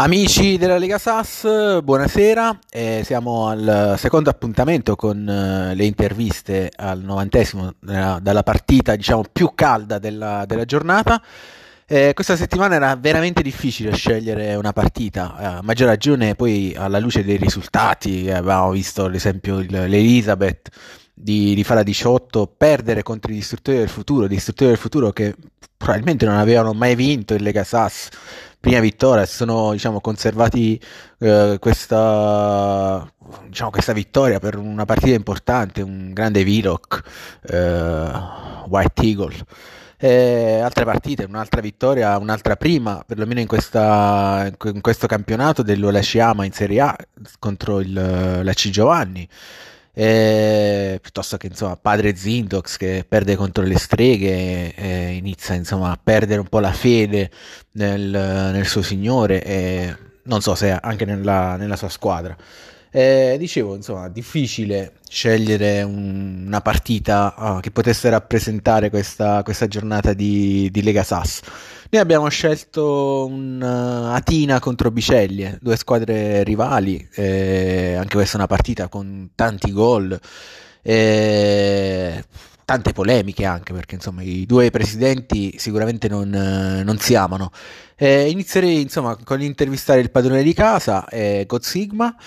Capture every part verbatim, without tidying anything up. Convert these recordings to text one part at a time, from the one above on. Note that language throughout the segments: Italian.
Amici della Lega Sass, buonasera. Eh, siamo al secondo appuntamento con eh, le interviste al novantesimo della, dalla partita, diciamo, più calda della, della giornata. Eh, questa settimana era veramente difficile scegliere una partita, eh, a maggior ragione poi alla luce dei risultati. Eh, abbiamo visto ad esempio il- l'Elizabeth di, di Fala diciotto perdere contro i distruttori del futuro, distruttori del futuro che probabilmente non avevano mai vinto in Lega Sass. Prima vittoria, si sono, diciamo, conservati eh, questa, diciamo, questa vittoria per una partita importante, un grande Villock, eh, White Eagle. E altre partite, un'altra vittoria, un'altra prima, perlomeno in, questa, in questo campionato dell'Olashiyama in Serie A contro il, la C Giovanni. E, piuttosto che insomma padre Zindox che perde contro le streghe e inizia insomma a perdere un po' la fede nel, nel suo signore e non so se anche nella, nella sua squadra. Eh, dicevo, insomma, difficile scegliere un- una partita ah, che potesse rappresentare questa, questa giornata di, di Lega Sass. Noi abbiamo scelto un uh, Atina contro Biceglie, due squadre rivali, eh, anche questa è una partita con tanti gol, eh, tante polemiche anche, perché insomma i due presidenti sicuramente non, eh, non si amano. Eh, inizierei insomma con l'intervistare il padrone di casa, eh, God Sigma.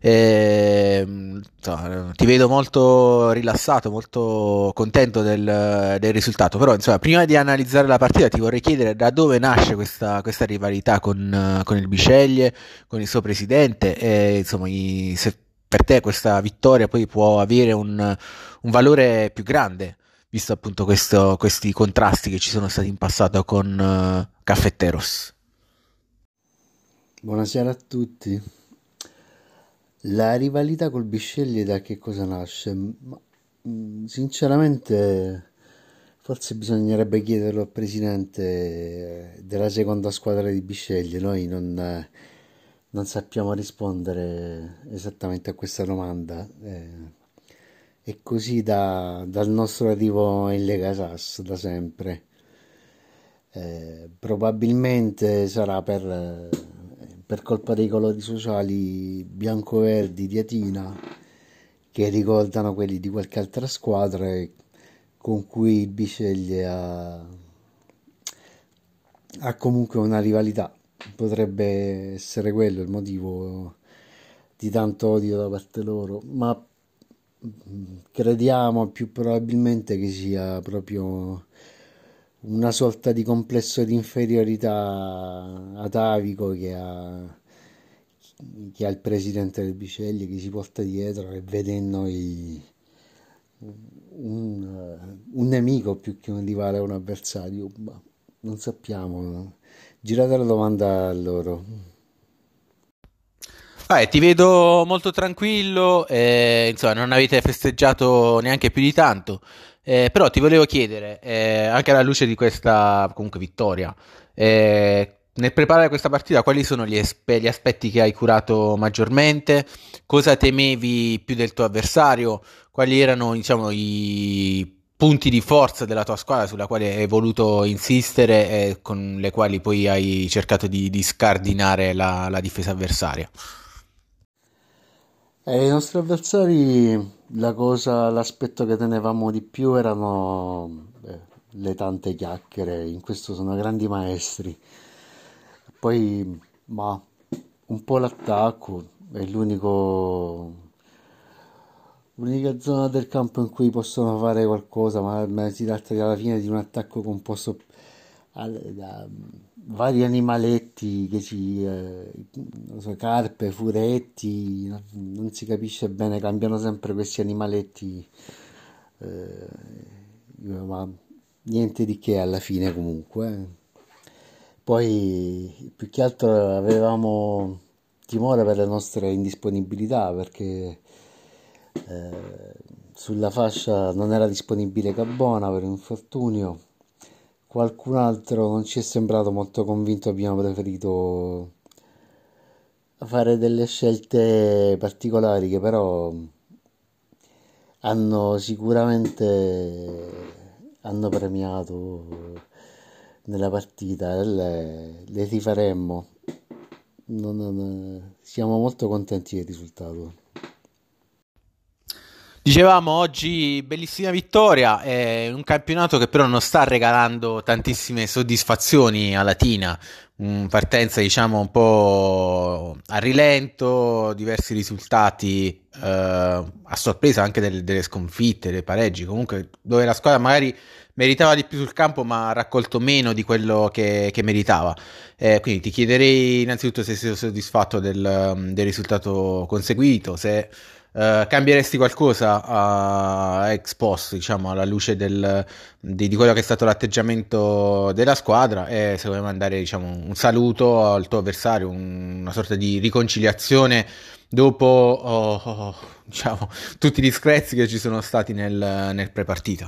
Ehm, insomma, ti vedo molto rilassato, molto contento del, del risultato. Però, insomma, prima di analizzare la partita, ti vorrei chiedere da dove nasce questa, questa rivalità con, eh, con il Biceglie, con il suo presidente, e insomma, i- se per te questa vittoria poi può avere un, un valore più grande, visto appunto questo- questi contrasti che ci sono stati in passato con eh, Cafetteros. Buonasera a tutti. La rivalità col Bisceglie da che cosa nasce? Ma, mm, sinceramente, forse bisognerebbe chiederlo al presidente della seconda squadra di Bisceglie. Noi non, eh, non sappiamo rispondere esattamente a questa domanda. Eh, è così da- dal nostro arrivo in Lega Sass da sempre. Eh, probabilmente sarà per, eh, per colpa dei colori sociali bianco-verdi di Atina che ricordano quelli di qualche altra squadra e con cui il Biceglie ha, ha comunque una rivalità. Potrebbe essere quello il motivo di tanto odio da parte loro, ma mm, crediamo più probabilmente che sia proprio una sorta di complesso di inferiorità atavico che ha, che ha il presidente del Biceglie che si porta dietro e vede in noi un, un nemico più che un rivale o un avversario. Ma non sappiamo. Girate la domanda a loro. Vai, ti vedo molto tranquillo, eh, insomma, non avete festeggiato neanche più di tanto, eh, però ti volevo chiedere, eh, anche alla luce di questa comunque vittoria, eh, nel preparare questa partita, quali sono gli, espe- gli aspetti che hai curato maggiormente? Cosa temevi più del tuo avversario? Quali erano, diciamo, i punti di forza della tua squadra sulla quale hai voluto insistere e con le quali poi hai cercato di, di scardinare la la difesa avversaria? E i nostri avversari, la cosa, l'aspetto che tenevamo di più erano beh, le tante chiacchiere, in questo sono grandi maestri. Poi, ma un po' l'attacco è l'unico, l'unica zona del campo in cui possono fare qualcosa, ma, ma si tratta alla fine di un attacco composto al- da vari animaletti che si, eh, non so, carpe, furetti, non, non si capisce bene, cambiano sempre questi animaletti, eh, ma niente di che alla fine comunque. eh. Poi più che altro avevamo timore per le nostre indisponibilità perché eh, sulla fascia non era disponibile Cabona per infortunio. Qualcun altro non ci è sembrato molto convinto, abbiamo preferito fare delle scelte particolari che però hanno sicuramente hanno premiato nella partita e le, le rifaremmo. non- non- siamo molto contenti del risultato. Dicevamo oggi bellissima vittoria, è un campionato che però non sta regalando tantissime soddisfazioni alla Latina, un partenza diciamo un po' a rilento, diversi risultati eh, a sorpresa anche del- delle sconfitte, dei pareggi, comunque dove la squadra magari meritava di più sul campo ma ha raccolto meno di quello che, che meritava. Eh, quindi ti chiederei innanzitutto se sei soddisfatto del, del risultato conseguito, se eh, cambieresti qualcosa a ex post, diciamo, alla luce del, di, di quello che è stato l'atteggiamento della squadra e se vuoi mandare, diciamo, un saluto al tuo avversario, un- una sorta di riconciliazione dopo, oh, oh, oh, diciamo, tutti gli screzi che ci sono stati nel, nel pre-partita.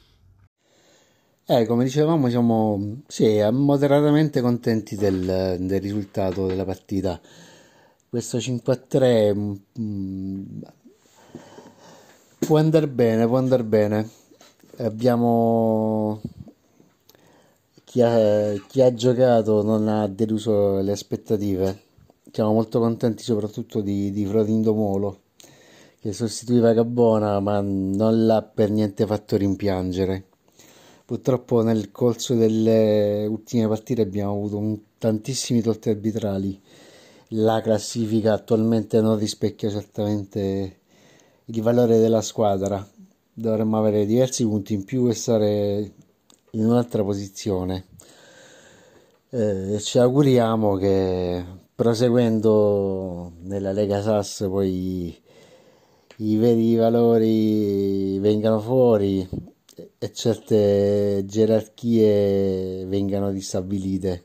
Eh, come dicevamo, siamo sì, moderatamente contenti del, del risultato della partita. Questo cinque a tre mm, mm, può andare bene, può andare bene. Abbiamo chi ha, chi ha giocato non ha deluso le aspettative. Siamo molto contenti soprattutto di, di Frodindo Molo, che sostituiva Gabona, ma non l'ha per niente fatto rimpiangere. Purtroppo nel corso delle ultime partite abbiamo avuto un- tantissimi torti arbitrali. La classifica attualmente non rispecchia certamente il valore della squadra. Dovremmo avere diversi punti in più e stare in un'altra posizione. Eh, ci auguriamo che proseguendo nella Lega Sass poi i veri valori vengano fuori e certe gerarchie vengano ristabilite.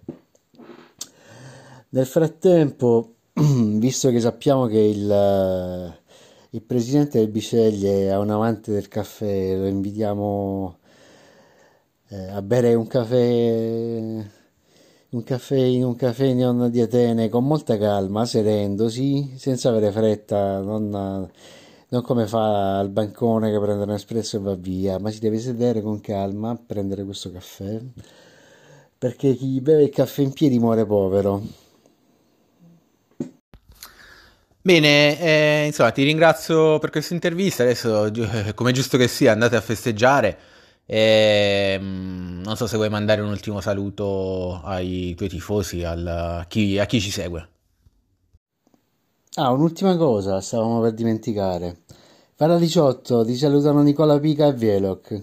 Nel frattempo, visto che sappiamo che il, il presidente del Biceglie è un amante del caffè, lo invitiamo eh, a bere un caffè, un caffè in un caffè non di Atene con molta calma, sedendosi, senza avere fretta, non, non come fa al bancone che prende un espresso e va via, ma si deve sedere con calma a prendere questo caffè, perché chi beve il caffè in piedi muore povero. Bene, eh, insomma, ti ringrazio per questa intervista. Adesso, gi- eh, come è giusto che sia, andate a festeggiare. E, mm, non so se vuoi mandare un ultimo saluto ai tuoi tifosi, al- a chi, a chi ci segue. Ah, un'ultima cosa, stavamo per dimenticare. Para diciotto, ti salutano Nicola Pica e Vieloc.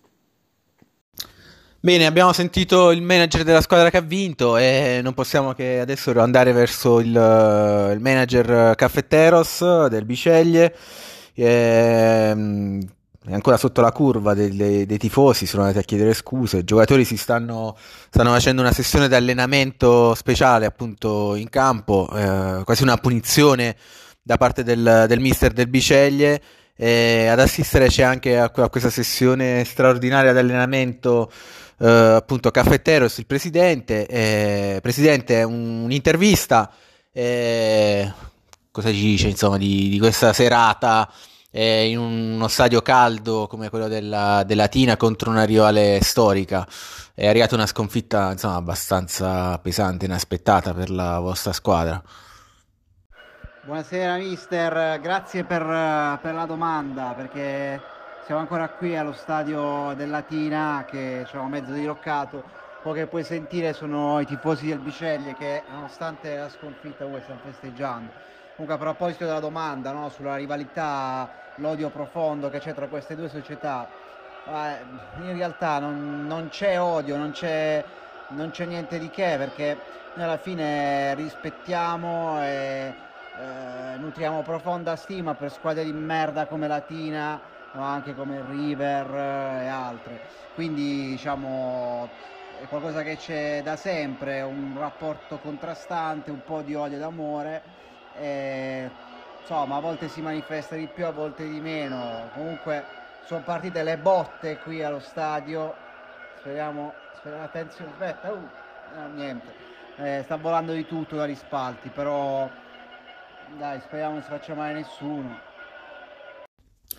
Bene, abbiamo sentito il manager della squadra che ha vinto e non possiamo che adesso andare verso il, eh, il manager Caffetteros del Biceglie. Ehm, È ancora sotto la curva dei, dei- dei tifosi, sono andati a chiedere scuse. I giocatori si stanno, stanno facendo una sessione di allenamento speciale appunto in campo, eh, quasi una punizione da parte del, del mister del Biceglie. E ad assistere c'è anche a, a questa sessione straordinaria di allenamento eh, appunto Caffetteros, il presidente. Eh, presidente, un- un'intervista. eh, Cosa ci dice insomma di, di questa serata eh, in uno stadio caldo come quello della, della Tina contro una rivale storica? È arrivata una sconfitta insomma abbastanza pesante, inaspettata per la vostra squadra. Buonasera mister, grazie per, per la domanda perché siamo ancora qui allo stadio del Latina che ci mezzo diroccato. Quello che puoi sentire sono i tifosi del Biceglie che nonostante la sconfitta voi stanno festeggiando. Comunque a proposito della domanda, no, sulla rivalità, l'odio profondo che c'è tra queste due società, eh, in realtà non, non c'è odio, non c'è, non c'è niente di che perché noi alla fine rispettiamo e eh, nutriamo profonda stima per squadre di merda come Latina, ma anche come River eh, e altre. Quindi diciamo è qualcosa che c'è da sempre, un rapporto contrastante, un po' di odio ed amore. E, insomma, a volte si manifesta di più, a volte di meno. Comunque sono partite le botte qui allo stadio. Speriamo, speriamo attenzione, aspetta, uh, no, niente. Eh, sta volando di tutto dagli spalti, però dai, speriamo non si faccia male nessuno.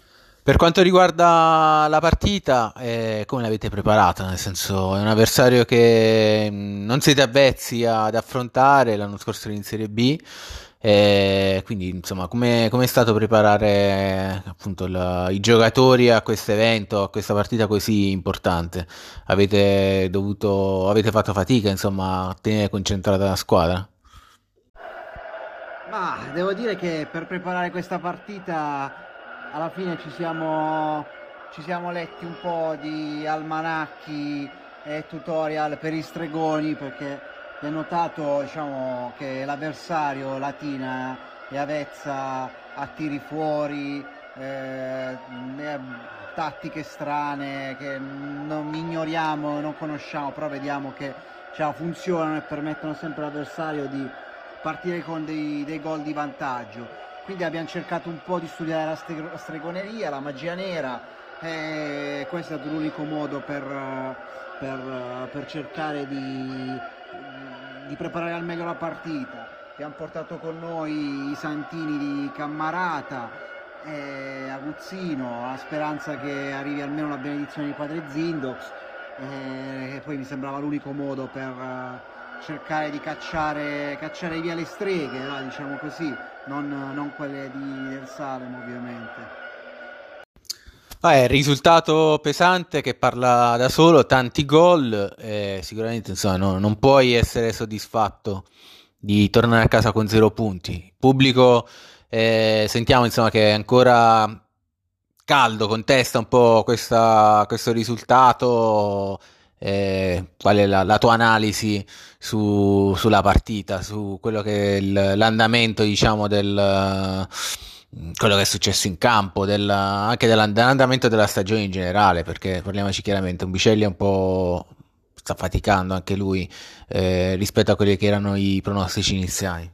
Per quanto riguarda la partita, eh, come l'avete preparata? Nel senso, è un avversario che mh, non siete avvezzi ad affrontare, l'anno scorso era in Serie B, eh, quindi insomma, come come è stato preparare appunto il- i giocatori a questo evento, a questa partita così importante? Avete dovuto, avete fatto fatica, insomma, a tenere concentrata la squadra? Ma devo dire che per preparare questa partita alla fine ci siamo, ci siamo letti un po' di almanacchi e tutorial per i stregoni perché abbiamo notato, diciamo, che l'avversario Latina è avvezza a tiri fuori, eh, e tattiche strane che non ignoriamo, non conosciamo, però vediamo che, diciamo, funzionano e permettono sempre all'avversario di partire con dei, dei gol di vantaggio. Quindi abbiamo cercato un po' di studiare la, stre- la stregoneria, la magia nera, e questo è stato l'unico modo per, per- per cercare di, di preparare al meglio la partita. Abbiamo portato con noi i santini di Cammarata, eh, Aguzzino, la speranza che arrivi almeno la benedizione di Padre Zindox, eh, e poi mi sembrava l'unico modo per eh, cercare di cacciare, cacciare via le streghe, no? Diciamo così, non, non quelle di, del Salem ovviamente. Ah, è il risultato pesante che parla da solo, tanti gol, e sicuramente insomma, no- non puoi essere soddisfatto di tornare a casa con zero punti. Il pubblico, eh, sentiamo insomma che è ancora caldo, contesta un po' questa- questo risultato. Eh, qual è la, la tua analisi su- sulla partita, su quello che è il- l'andamento, diciamo, del quello che è successo in campo, del- anche dell'and- dell'andamento della stagione in generale, perché parliamoci chiaramente, un Bicelli è un po' sta faticando anche lui eh, rispetto a quelli che erano i pronostici iniziali.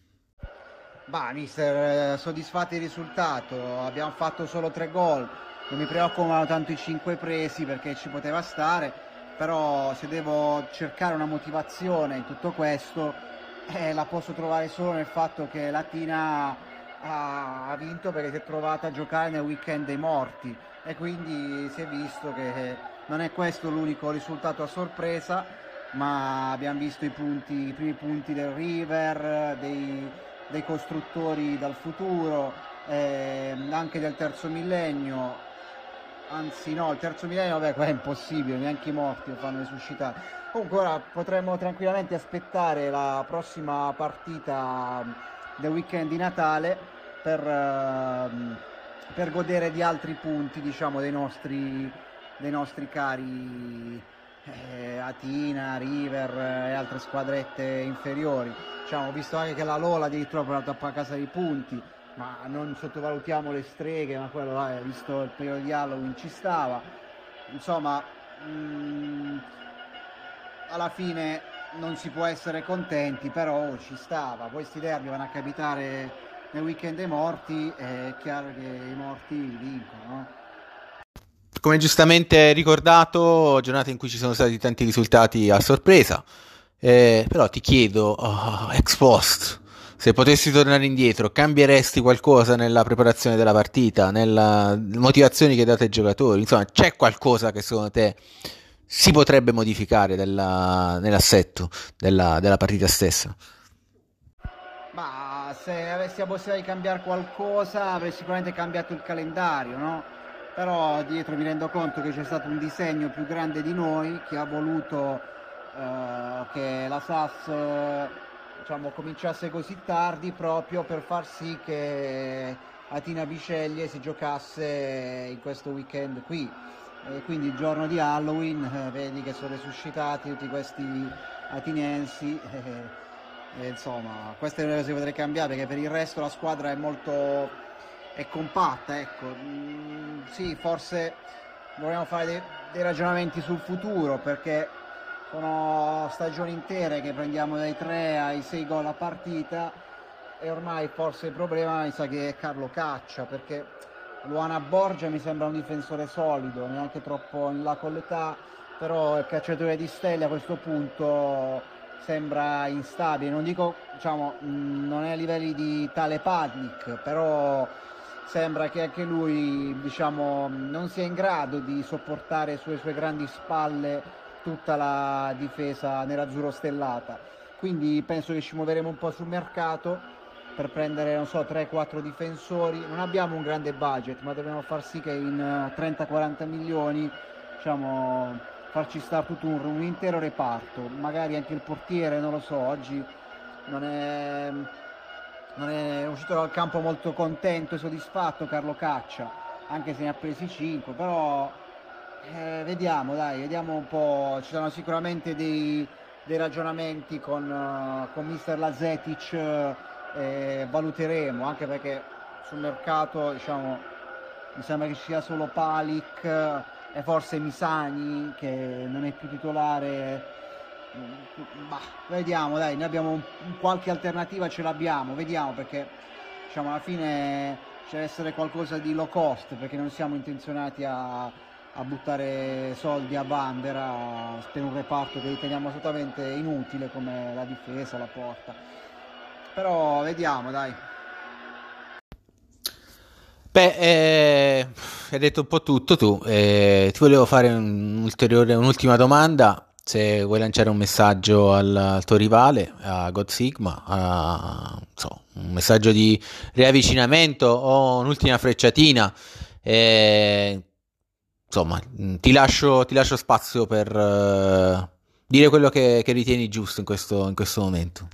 Bah, mister, eh, soddisfatti del risultato, abbiamo fatto solo tre gol, non mi preoccupano tanto i cinque presi perché ci poteva stare, però se devo cercare una motivazione in tutto questo, eh, la posso trovare solo nel fatto che Latina ha, ha vinto perché si è trovata a giocare nel weekend dei morti e quindi si è visto che non è questo l'unico risultato a sorpresa, ma abbiamo visto i punti, i primi punti del River, dei, dei costruttori dal futuro, ehm, anche del terzo millennio, anzi no, il terzo millennio, vabbè, qua è impossibile, neanche i morti lo fanno risuscitare. Comunque ora potremmo tranquillamente aspettare la prossima partita del weekend di Natale per, ehm, per godere di altri punti, diciamo, dei nostri, dei nostri cari eh, Atina, River eh, e altre squadrette inferiori. Diciamo, ho visto anche che la Lola addirittura ha portato a casa i punti, ma non sottovalutiamo le streghe, ma quello, eh, visto il periodo di Halloween, ci stava. Insomma, mh, alla fine non si può essere contenti, però oh, ci stava. Poi sti derby vanno a capitare nel weekend dei morti, è chiaro che i morti vincono, no? Come giustamente ricordato, giornata in cui ci sono stati tanti risultati a sorpresa. Eh, però ti chiedo, oh, ex post, se potessi tornare indietro, cambieresti qualcosa nella preparazione della partita, nelle motivazioni che date ai giocatori? Insomma, c'è qualcosa che secondo te si potrebbe modificare della- nell'assetto della, della partita stessa? Ma se avessi la possibilità di cambiare qualcosa avrei sicuramente cambiato il calendario, no? Però dietro mi rendo conto che c'è stato un disegno più grande di noi che ha voluto eh, che la S A S eh, diciamo, cominciasse così tardi proprio per far sì che Atina Biceglie si giocasse in questo weekend qui. E quindi il giorno di Halloween eh, vedi che sono resuscitati tutti questi atinensi. eh, e insomma, questa è una cosa che potrei cambiare perché per il resto la squadra è molto è compatta, ecco. Mm, sì, forse dovremmo fare dei, dei ragionamenti sul futuro perché sono stagioni intere che prendiamo dai tre ai sei gol a partita e ormai forse il problema mi sa che è Carlo Caccia perché Luana Borgia mi sembra un difensore solido, neanche troppo in là con l'età, però il cacciatore di stelle a questo punto sembra instabile, non dico, diciamo, mh, non è a livelli di tale Padnik, però sembra che anche lui, diciamo, non sia in grado di sopportare sulle sue grandi spalle tutta la difesa nerazzurro stellata. Quindi penso che ci muoveremo un po' sul mercato per prendere, non so, tre quattro difensori. Non abbiamo un grande budget, ma dobbiamo far sì che in trenta quaranta milioni, diciamo, farci stare tutto un, un intero reparto. Magari anche il portiere, non lo so, oggi non è, non è uscito dal campo molto contento e soddisfatto Carlo Caccia, anche se ne ha presi cinque, però eh, vediamo, dai, vediamo un po'. Ci sono sicuramente dei, dei ragionamenti con, uh, con mister Lazetic, eh, valuteremo, anche perché sul mercato, diciamo, mi sembra che ci sia solo Palic e forse Misani che non è più titolare. Bah, vediamo, dai, noi abbiamo un, qualche alternativa, ce l'abbiamo, vediamo, perché diciamo alla fine ci deve essere qualcosa di low cost, perché non siamo intenzionati a, a buttare soldi a Bandera per un reparto che riteniamo assolutamente inutile come la difesa, la porta. Però vediamo, dai. Beh, eh, hai detto un po' tutto tu. Eh, ti volevo fare un ulteriore, un'ultima domanda. Se vuoi lanciare un messaggio al, al tuo rivale, a God Sigma, a, so, un messaggio di riavvicinamento o un'ultima frecciatina, eh, insomma, ti lascio, ti lascio spazio per uh, dire quello che, che ritieni giusto in questo, in questo momento.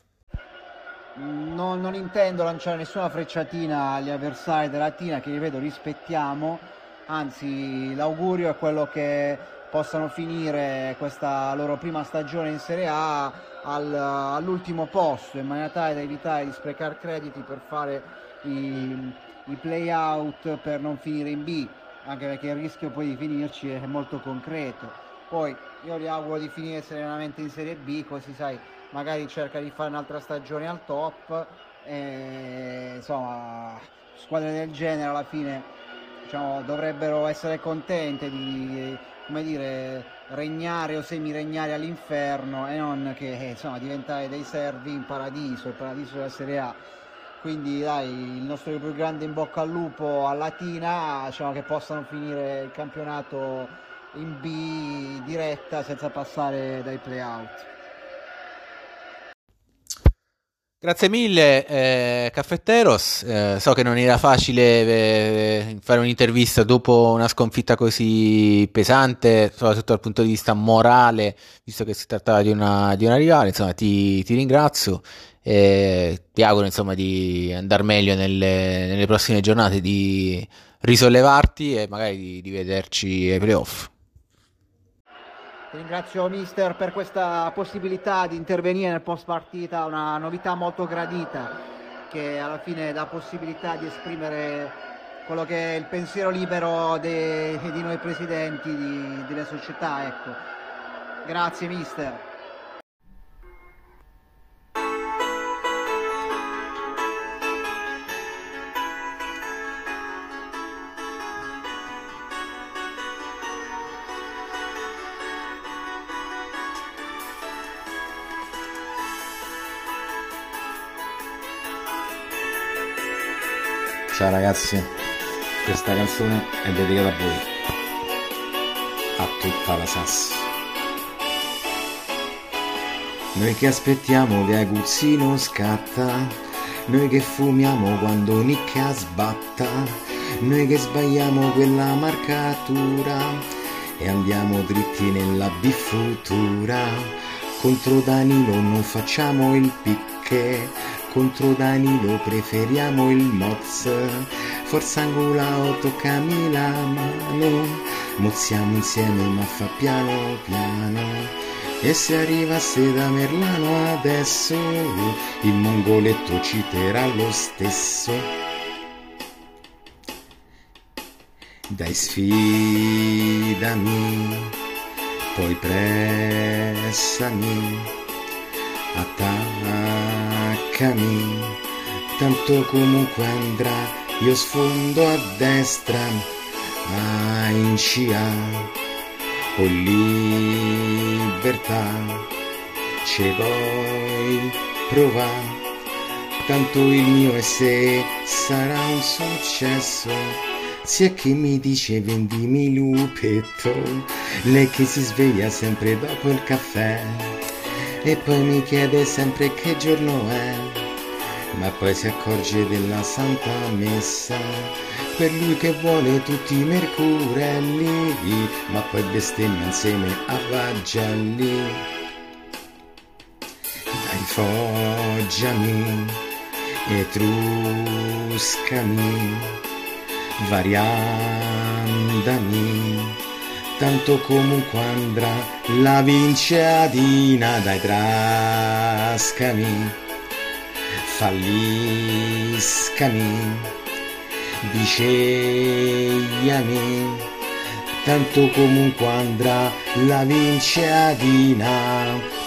Non, non intendo lanciare nessuna frecciatina agli avversari della Tina, che ripeto rispettiamo, anzi l'augurio è quello che possano finire questa loro prima stagione in Serie A al, all'ultimo posto, in maniera tale da evitare di sprecare crediti per fare i, i play out, per non finire in B, anche perché il rischio poi di finirci è molto concreto. Poi io gli auguro di finire serenamente in Serie B, così sai, magari cerca di fare un'altra stagione al top, e insomma squadre del genere alla fine, diciamo, dovrebbero essere contente di, come dire, regnare o semi-regnare all'inferno e non che insomma diventare dei servi in paradiso, il paradiso della Serie A. Quindi dai, il nostro più grande in bocca al lupo alla Tina, diciamo che possano finire il campionato in B diretta senza passare dai play-out. Grazie mille, eh, Caffetteros. Eh, so che non era facile eh, fare un'intervista dopo una sconfitta così pesante, soprattutto dal punto di vista morale, visto che si trattava di una, di una rivale. Insomma, ti, ti ringrazio e ti auguro, insomma, di andare meglio nelle, nelle prossime giornate, di risollevarti e magari di, di vederci ai playoff. Ti ringrazio mister per questa possibilità di intervenire nel post partita, una novità molto gradita che alla fine dà possibilità di esprimere quello che è il pensiero libero de, di noi presidenti di, delle società, ecco. Grazie mister. Ciao ragazzi, questa canzone è dedicata a voi, a tutta la Sass. Noi che aspettiamo che Aguzzino scatta, noi che fumiamo quando Nicca sbatta, noi che sbagliamo quella marcatura e andiamo dritti nella B futura. Contro Danilo non facciamo il picche, contro Danilo preferiamo il Moz. Forza Angolao, toccami la mano, mozziamo insieme ma fa piano piano. E se arrivasse da Merlano adesso, il mongoletto citerà lo stesso. Dai sfidami, poi pressami, attaccami, tanto comunque andrà, io sfondo a destra, a in scia, o libertà, ci puoi provare, tanto il mio e se sarà un successo. Sia chi mi dice vendimi lupetto, lei che si sveglia sempre dopo il caffè e poi mi chiede sempre che giorno è, ma poi si accorge della Santa Messa, per lui che vuole tutti i mercurelli, ma poi bestemmia insieme a Vagelli. Dai, foggiami, etruscami, variandami, tanto comunque andrà la vinciadina. Dai, trascami, falliscami, biscegliami, tanto comunque andrà la vinciadina.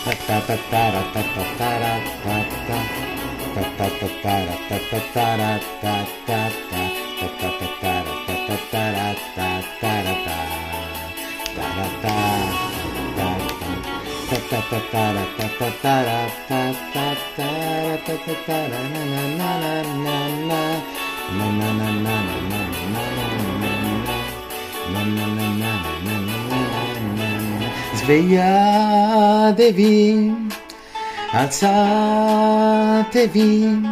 Svegliatevi, alzatevi,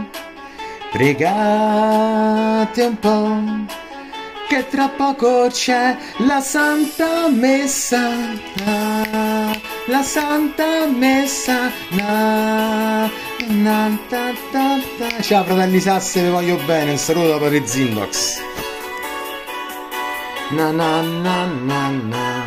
pregate un po', che tra poco c'è la Santa Messa, la Santa Messa. Na, na, ta, ta, ta. Ciao fratelli Sasse, vi voglio bene, un saluto per i Zindox. Na na na na na.